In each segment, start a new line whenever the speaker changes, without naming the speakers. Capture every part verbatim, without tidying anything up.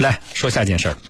来说下件事儿，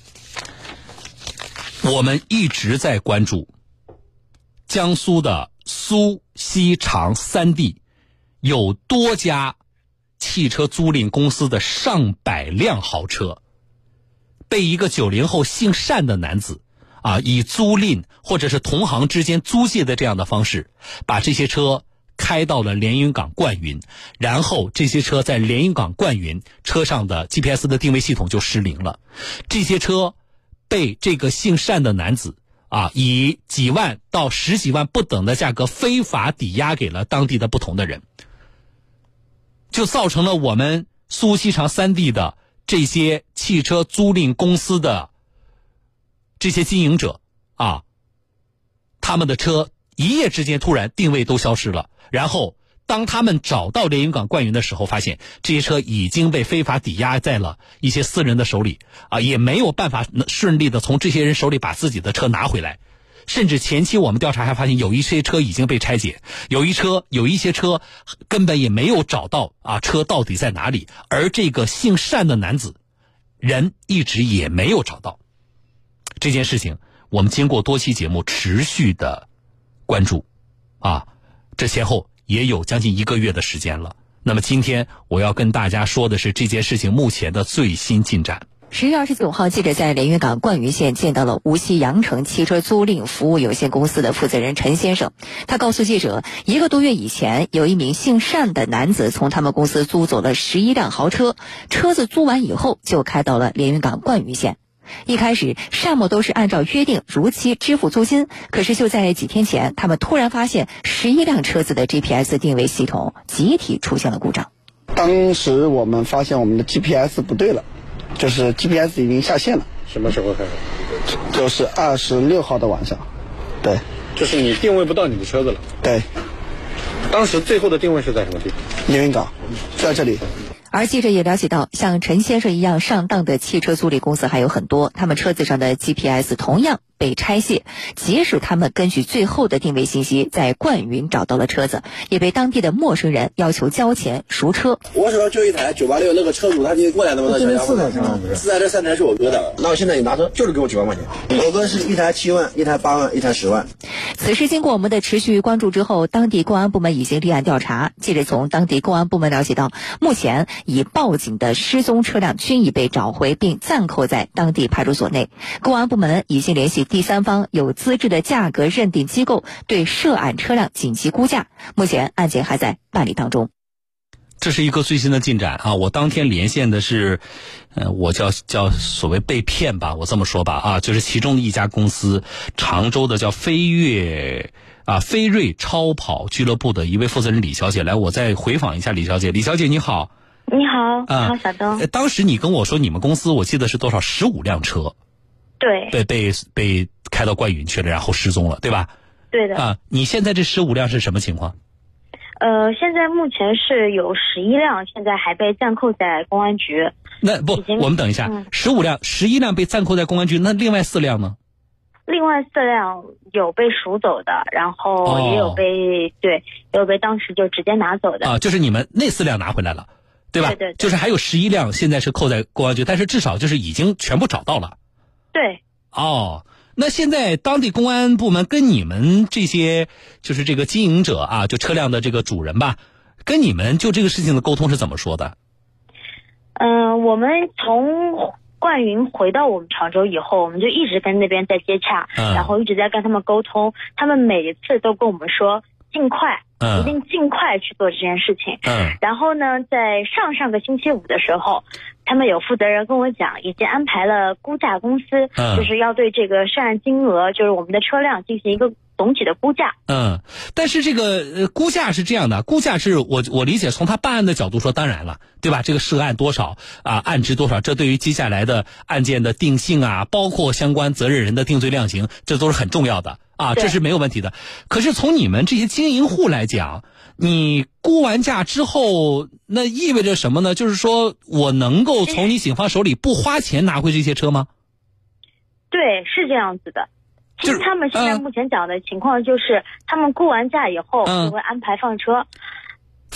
我们一直在关注江苏的苏锡常三地有多家汽车租赁公司的上百辆豪车被一个九零后姓单的男子啊，以租赁或者是同行之间租借的这样的方式，把这些车开到了连云港冠云，然后这些车在连云港冠云车上的 G P S 的定位系统就失灵了。这些车被这个姓单的男子啊，以几万到十几万不等的价格非法抵押给了当地的不同的人，就造成了我们苏锡常三地的这些汽车租赁公司的这些经营者啊，他们的车一夜之间突然定位都消失了，然后当他们找到连云港冠云的时候，发现这些车已经被非法抵押在了一些私人的手里啊，也没有办法顺利的从这些人手里把自己的车拿回来。甚至前期我们调查还发现有一些车已经被拆解，有一车有一些车根本也没有找到啊车到底在哪里，而这个姓单的男子人一直也没有找到。这件事情我们经过多期节目持续的关注啊，这前后也有将近一个月的时间了。那么今天我要跟大家说的是这件事情目前的最新进展。
十月二十九号，记者在连云港冠云县见到了无锡羊城汽车租赁服务有限公司的负责人陈先生。他告诉记者，一个多月以前，有一名姓单的男子从他们公司租走了十一辆豪车，车子租完以后就开到了连云港冠云县。一开始单某都是按照约定如期支付租金，可是就在几天前，他们突然发现十一辆车子的 G P S 定位系统集体出现了故障。
当时我们发现我们的 G P S 不对了，就是 G P S 已经下线了。
什么时候开始？
就是二十六号的晚上。对，
就是你定位不到你的车子了。
对，
当时最后的定位是在什么地方？
连云港，在这里。
而记者也了解到，像陈先生一样上当的汽车租赁公司还有很多，他们车子上的 G P S 同样被拆卸，即使他们根据最后的定位信息在冠云找到了车子，也被当地的陌生人要求交钱赎车。
我手上就一台九八六，那个车主他今天过来的吗？
这边四台车吗？
四台车三台是我哥的，那我现在你拿车就是给我九万块钱。我哥是一台七万，一台八万，一台十万。
此事经过我们的持续关注之后，当地公安部门已经立案调查。记者从当地公安部门了解到，目前已报警的失踪车辆均已被找回并暂扣在当地派出所内。公安部门已经联系第三方有资质的价格认定机构，对涉案车辆紧急估价。目前案件还在办理当中。
这是一个最新的进展啊！我当天连线的是，呃，我叫叫所谓被骗吧，我这么说吧啊，就是其中的一家公司，常州的叫飞跃啊飞瑞超跑俱乐部的一位负责人李小姐。来，我再回访一下李小姐。李小姐你好。
你好，你好，小东。
呃，当时你跟我说你们公司，我记得是多少十五辆车，
对，
被被被开到冠云去了，然后失踪了，对吧？
对的。
啊，你现在这十五辆是什么情况？
呃，现在目前是有十一辆，现在还被暂扣在公安局。
那不，我们等一下，十五辆，十一辆被暂扣在公安局，那另外四辆呢？
另外四辆有被赎走的，然后也有被、哦、对，也有被当时就直接拿走的。
啊，就是你们那四辆拿回来了。对吧？
对对对，
就是还有十一辆现在是扣在公安局，但是至少就是已经全部找到了。
对。
哦，那现在当地公安部门跟你们这些就是这个经营者啊，就车辆的这个主人吧，跟你们就这个事情的沟通是怎么说的？
嗯、呃，我们从冠云回到我们常州以后，我们就一直跟那边在接洽、嗯，然后一直在跟他们沟通，他们每一次都跟我们说尽快。
嗯，
一定尽快去做这件事情。
嗯，
然后呢，在上上个星期五的时候，他们有负责人跟我讲，已经安排了估价公司，
嗯，
就是要对这个涉案金额，就是我们的车辆进行一个总体的估价。
嗯，但是这个呃估价是这样的，估价是我我理解从他办案的角度说，当然了，对吧？这个涉案多少啊，案值多少，这对于接下来的案件的定性啊，包括相关责任人的定罪量刑，这都是很重要的。啊，这是没有问题的。可是从你们这些经营户来讲，你估完价之后，那意味着什么呢？就是说我能够从你警方手里不花钱拿回这些车吗？
对，是这样子的。其实他们现在目前讲的情况就是，他们估完价以后就会安排放车。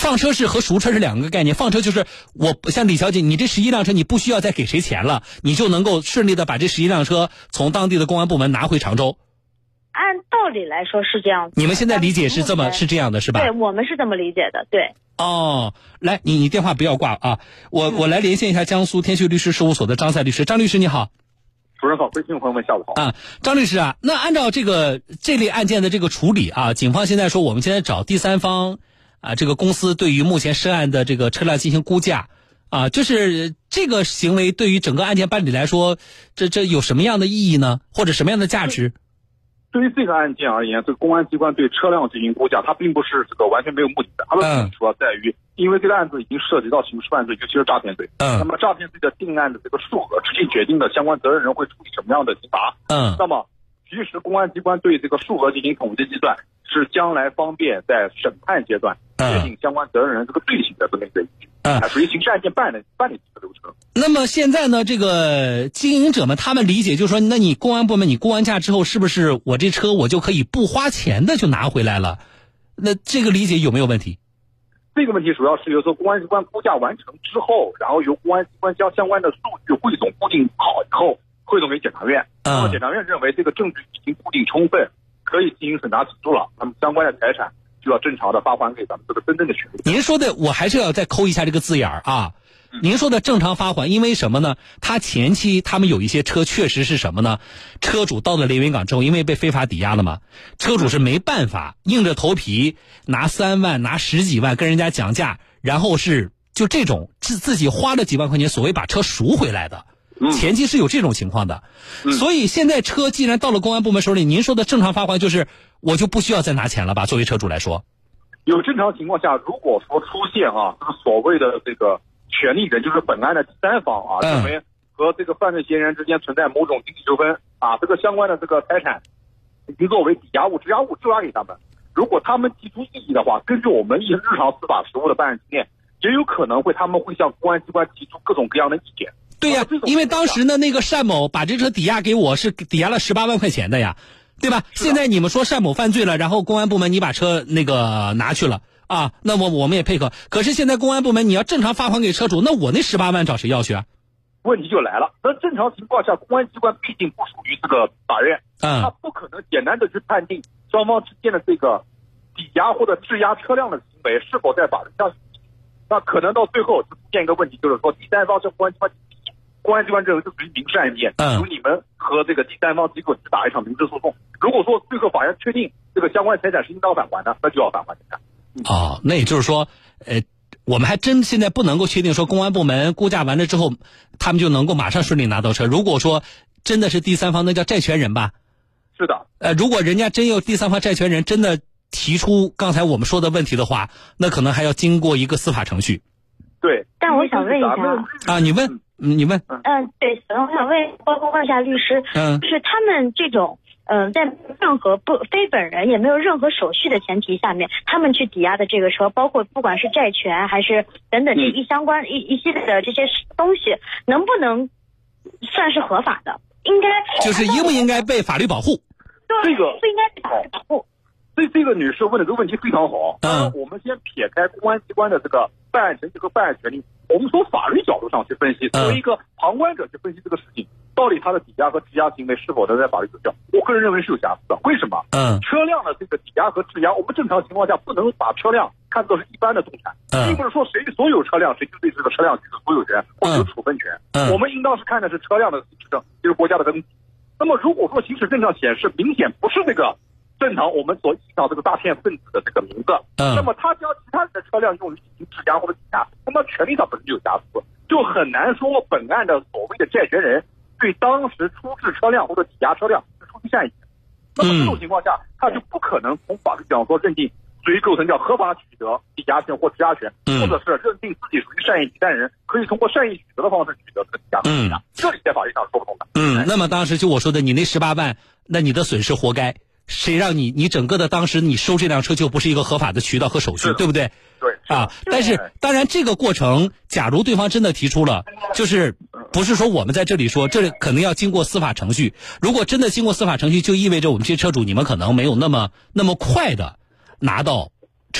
放车是和赎车是两个概念。放车就是我像李小姐，你这十一辆车你不需要再给谁钱了，你就能够顺利的把这十一辆车从当地的公安部门拿回常州。
按道理来说是这样子。
你们现在理解是这么是这样的是吧？
对，我们是这么理解的，对。
哦，来，你你电话不要挂啊，我、嗯、我来连线一下江苏天旭律师事务所的张赛律师。张律师你好。
主任好，各位听众朋友们下午好。
啊，张律师啊，那按照这个这类案件的这个处理啊，警方现在说我们现在找第三方啊，这个公司对于目前涉案的这个车辆进行估价啊，就是这个行为对于整个案件办理来说，这这有什么样的意义呢？或者什么样的价值？
对于这个案件而言，这个公安机关对车辆进行估价，它并不是这个完全没有目的的，它的目的主要在于，因为这个案子已经涉及到刑事犯罪，尤其是诈骗罪。嗯。那么诈骗罪的定案的这个数额，直接决定了相关责任人会处理什么样的刑罚。嗯。那么，其实公安机关对这个数额进行统计计算，是将来方便在审判阶段决定相关责任人这个罪行的这么一个依据。嗯。属于刑事案件办理办理的流程。
那么现在呢，这个经营者们他们理解就是说，那你公安部门你估完价之后，是不是我这车我就可以不花钱的就拿回来了？那这个理解有没有问题？
这个问题主要是由说公安机关估价完成之后，然后由公安机关将相关的数据汇总固定好以后，汇总给检察院。嗯。那么检察院认为这个证据已经固定充分，可以进行审查起诉了，那么相关的财产就要正常的发还给咱们这个真正的权利。
您说的我还是要再抠一下这个字眼儿啊。您说的正常发还，因为什么呢？他前期他们有一些车确实是什么呢？车主到了连云港之后，因为被非法抵押了嘛，车主是没办法硬着头皮拿三万拿十几万跟人家讲价，然后是就这种自自己花了几万块钱所谓把车赎回来的，前期是有这种情况的。所以现在车既然到了公安部门手里，您说的正常发还就是我就不需要再拿钱了吧？作为车主来说，
有正常情况下，如果说出现啊这个所谓的这个权利人，就是本案的第三方啊，认为和这个犯罪嫌疑人之间存在某种经济纠纷啊，这个相关的这个财产已经作为抵押物、质押物质押给他们。如果他们提出异议的话，根据我们日常司法实务的办案经验，也有可能会他们会向公安机关提出各种各样的意见。
对呀、啊，因为当时呢，那个单某把这车抵押给我是抵押了十八万块钱的呀，对吧？现在你们说单某犯罪了，然后公安部门你把车那个拿去了。啊，那么我们也配合。可是现在公安部门你要正常发还给车主，那我那十八万找谁要去啊？
问题就来了，那正常情况下，公安机关毕竟不属于这个法院，嗯，他不可能简单的去判定双方之间的这个抵押或者质押车辆的行为是否在法律上，那可能到最后就出现一个问题，就是说第三方向公安机关，公安机关认为这属于民事案件，嗯，由你们和这个第三方机构去打一场民事诉讼。如果说最后法院确定这个相关财产是应当返还的，那就要返还财产。
哦，那也就是说，呃，我们还真现在不能够确定说公安部门估价完了之后，他们就能够马上顺利拿到车。如果说真的是第三方，那叫债权人吧？
是的。
呃，如果人家真有第三方债权人真的提出刚才我们说的问题的话，那可能还要经过一个司法程序。
对。
但我想问一下
啊，你问，你问。
嗯，对，我想问，包括问一下律师，嗯，就是他们这种。嗯、呃，在任何不非本人也没有任何手续的前提下面，他们去抵押的这个车，包括不管是债权还是等等这一相关、嗯、一一系列的这些东西，能不能算是合法的？应该
就是应不应该被法律保护？
对，这个
不应该被法律保护。
所以这个女士问的这个问题非常好。嗯，我们先撇开公安机关的这个办案程序和办案权利，我们从法律角度上去分析，作为一个旁观者去分析这个事情。到底他的抵押和质押行为是否能在法律有效？我个人认为是有瑕疵的。为什么？嗯，车辆的这个抵押和质押，我们正常情况下不能把车辆看作是一般的动产，嗯，并不是说谁所有车辆谁就对这个车辆具有所有权或者有处分权。嗯，我们应当是看的是车辆的行驶证，就是国家的登记。那么如果说行驶证上显示明显不是这个正常我们所意识到这个诈骗分子的这个名字，嗯，那么他将其他人的车辆用于进行质押或者抵押，那么权利上本身就有瑕疵，就很难说本案的所谓的债权人对当时出质车辆或者抵押车辆是出于善意的。那么这种情况下，他就不可能从法律讲说认定属于构成叫合法取得抵押权或质押权，或者是认定自己属于善意抵担人，可以通过善意取得的方式取得这个抵押权。嗯，这里在法律上说不通的。
嗯，那么当时就我说的，你那十八万，那你的损失活该。谁让你你整个的当时你收这辆车就不是一个合法的渠道和手续，对不对？
对
啊，但是当然这个过程，假如对方真的提出了，就是不是说我们在这里说，这可能要经过司法程序。如果真的经过司法程序，就意味着我们这些车主你们可能没有那么那么快的拿到车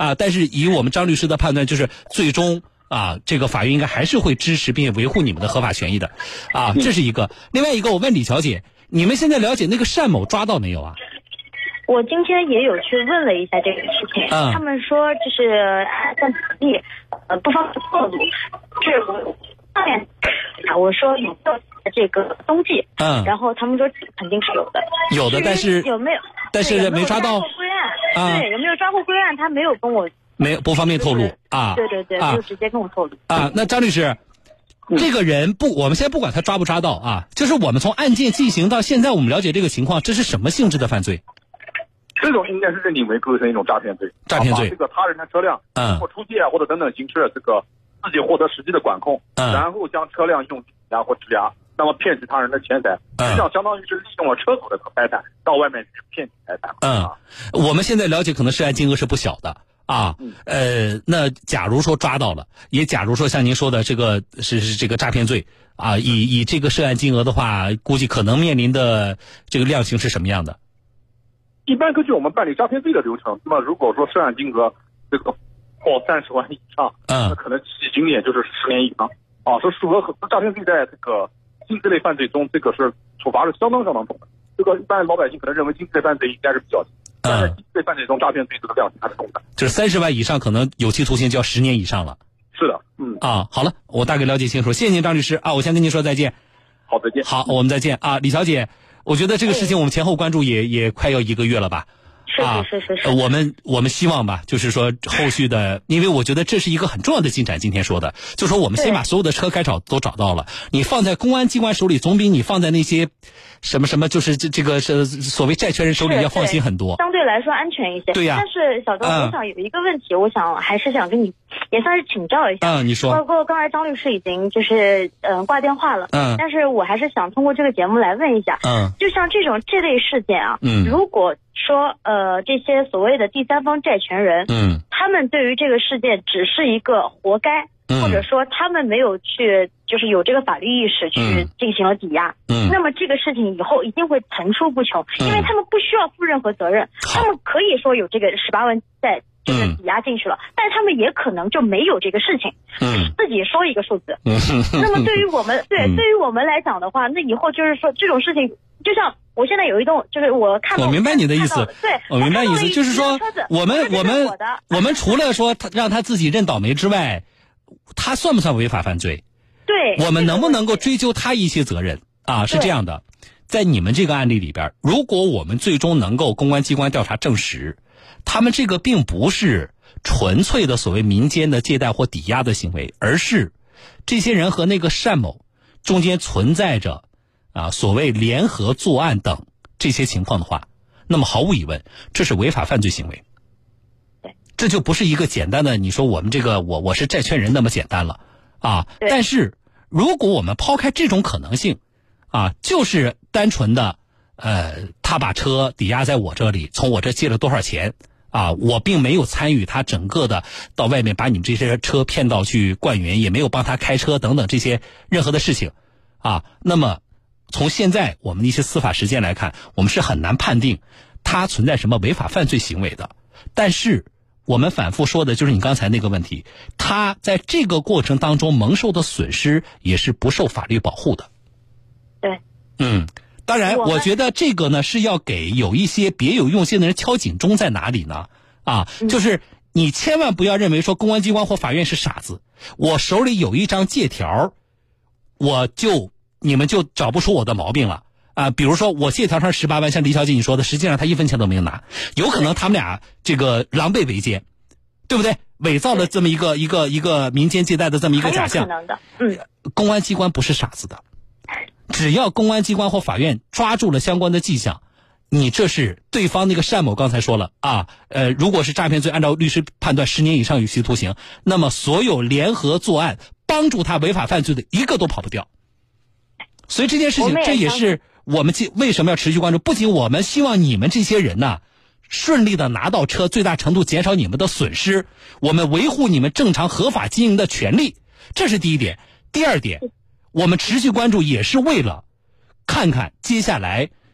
啊，但是以我们张律师的判断，就是最终啊，这个法院应该还是会支持并维护你们的合法权益的，啊，这是一个。另外一个，我问李小姐，你们现在了解那个单某抓到没有啊？
我今天也有去问了一下这个事情，嗯、他们说就是在本地，呃，不方便透露。是我上面我说有没有这个踪迹？嗯，然后他们说肯定是有的，
有的，但是
有没有？
但是没抓到。
归案，啊、对，有没有抓获归案？他没有跟我，
没有不方便透露啊。
对对对，啊、就直接跟我透露
啊。那张律师。这个人不，我们现在不管他抓不抓到啊，就是我们从案件进行到现在，我们了解这个情况，这是什么性质的犯罪？
这种应该是认定为构成一种诈骗罪。
诈骗罪，
把这个他人的车辆通过出借或者等等形式，这个自己获得实际的管控，嗯、然后将车辆用抵押或质押，那么骗取他人的钱财，实际上相当于是利用了车主的财产到外面去骗取财产。
嗯，啊、我们现在了解可能涉案金额是不小的。啊，呃，那假如说抓到了，也假如说像您说的这个是是这个诈骗罪啊，以以这个涉案金额的话，估计可能面临的这个量刑是什么样的？
一般根据我们办理诈骗罪的流程，那么如果说涉案金额这个报三十万以上，嗯，那可能起刑点就是十年以上啊，是符合诈骗罪在这个经济类犯罪中，这个是处罚是相当相当重的。这个一般老百姓可能认为经济类犯罪应该是比较轻。但是经济类犯罪中，诈骗罪这个量刑还是重的，
就是三十万以上，可能有期徒刑就要十年以上了。
是的，嗯
啊，好了，我大概了解清楚，谢谢您，张律师啊，我先跟您说再见。
好，再见。
好，我们再见啊，李小姐，我觉得这个事情我们前后关注也、哎、也快要一个月了吧？
是是是是。
啊、我们我们希望吧，就是说后续的，因为我觉得这是一个很重要的进展。今天说的，就说我们先把所有的车该找都找到了，你放在公安机关手里，总比你放在那些。什么什么就是这这个是所谓债权人手里要放心很多，
相对来说安全一些。
对呀、
啊。但是小周，我想有一个问题，嗯、我想还是想跟你也算是请教一下。
嗯，你说。
包括刚才张律师已经就是嗯、呃、挂电话了。嗯。但是我还是想通过这个节目来问一下。嗯。就像这种这类事件啊，嗯，如果说呃这些所谓的第三方债权人，嗯，他们对于这个事件只是一个活该。或者说他们没有去，就是有这个法律意识去进行了抵押，嗯，那么这个事情以后一定会层出不穷，嗯、因为他们不需要负任何责任，他们可以说有这个十八万在就是抵押进去了，嗯、但是他们也可能就没有这个事情，嗯，自己说一个数字，嗯，那么对于我们对、嗯、对于我们来讲的话，那以后就是说这种事情，就像我现在有一栋，就是我看到
我明白你的意思，
对，
我明白意思，就是说我们我们我们除了说他让他自己认倒霉之外。他算不算违法犯罪？
对，
我们能不能够追究他一些责任啊？是这样的，在你们这个案例里边，如果我们最终能够公安机关调查证实，他们这个并不是纯粹的所谓民间的借贷或抵押的行为，而是这些人和那个单某中间存在着啊所谓联合作案等这些情况的话，那么毫无疑问，这是违法犯罪行为。这就不是一个简单的你说我们这个我我是债权人那么简单了啊！但是如果我们抛开这种可能性啊，就是单纯的呃，他把车抵押在我这里，从我这借了多少钱啊，我并没有参与他整个的到外面把你们这些车骗到去灌园，也没有帮他开车等等这些任何的事情啊，那么从现在我们的一些司法实践来看，我们是很难判定他存在什么违法犯罪行为的。但是我们反复说的就是你刚才那个问题，他在这个过程当中蒙受的损失也是不受法律保护的。
对，
嗯，当然我觉得这个呢是要给有一些别有用心的人敲警钟，在哪里呢？啊，就是你千万不要认为说公安机关或法院是傻子，我手里有一张借条，我就你们就找不出我的毛病了。啊、呃，比如说我借条上十八万，像李小姐你说的，实际上他一分钱都没有拿，有可能他们俩这个狼狈为奸，对不对？伪造了这么一个一个一个民间借贷的这么一个假象。
可能的，嗯，
公安机关不是傻子的，只要公安机关或法院抓住了相关的迹象，你这是对方那个单某刚才说了啊，呃，如果是诈骗罪，按照律师判断十年以上有期徒刑，那么所有联合作案帮助他违法犯罪的一个都跑不掉。所以这件事情，这也是我们为什么要持续关注。不仅我们希望你们这些人呢顺利的拿到车，最大程度减少你们的损失，我们维护你们正常合法经营的权利，这是第一点。第二点，我们持续关注也是为了看看接下来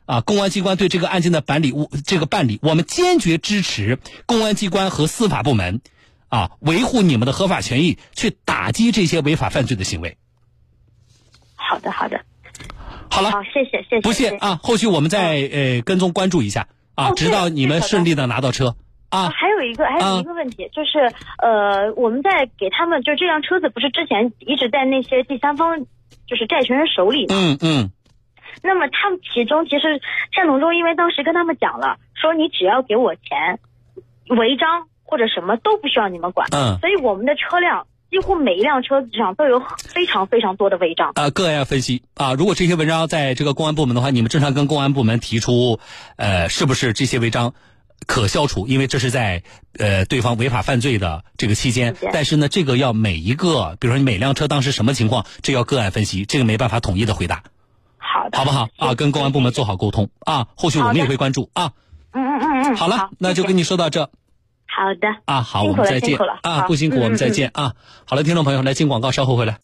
啊，公安机关对这个案件的办理，这个办理，我们坚决支持公安机关和司法部门啊，维护你们的合法权益，去打击这些违法犯罪的行为。
好的，好的。
好了，
好，谢谢，谢谢，
不谢啊，后续我们再呃跟踪关注一下啊，
哦、
直到你们顺利的拿到车啊。
还有一个，还有一个问题、啊、就是呃，我们在给他们，就这辆车子不是之前一直在那些第三方，就是债权人手里吗？
嗯嗯。
那么他们其中其实单同忠因为当时跟他们讲了，说你只要给我钱，违章或者什么都不需要你们管。
嗯。
所以我们的车辆。几乎每一辆车子上都有非常非常多的违章
啊，个案要分析啊。如果这些违章在这个公安部门的话，你们正常跟公安部门提出，呃，是不是这些违章可消除？因为这是在呃对方违法犯罪的这个期间。但是呢，这个要每一个，比如说你每辆车当时什么情况，这要个案分析，这个没办法统一的回答。
好的，
好不好啊？跟公安部门做好沟通啊，后续我们也会关注啊。
嗯嗯嗯嗯。
好了，好那就跟你说到这。
好的
啊，好，我们再见啊，不辛苦，我们再见啊。好了，听众朋友，来进广告，稍后回来。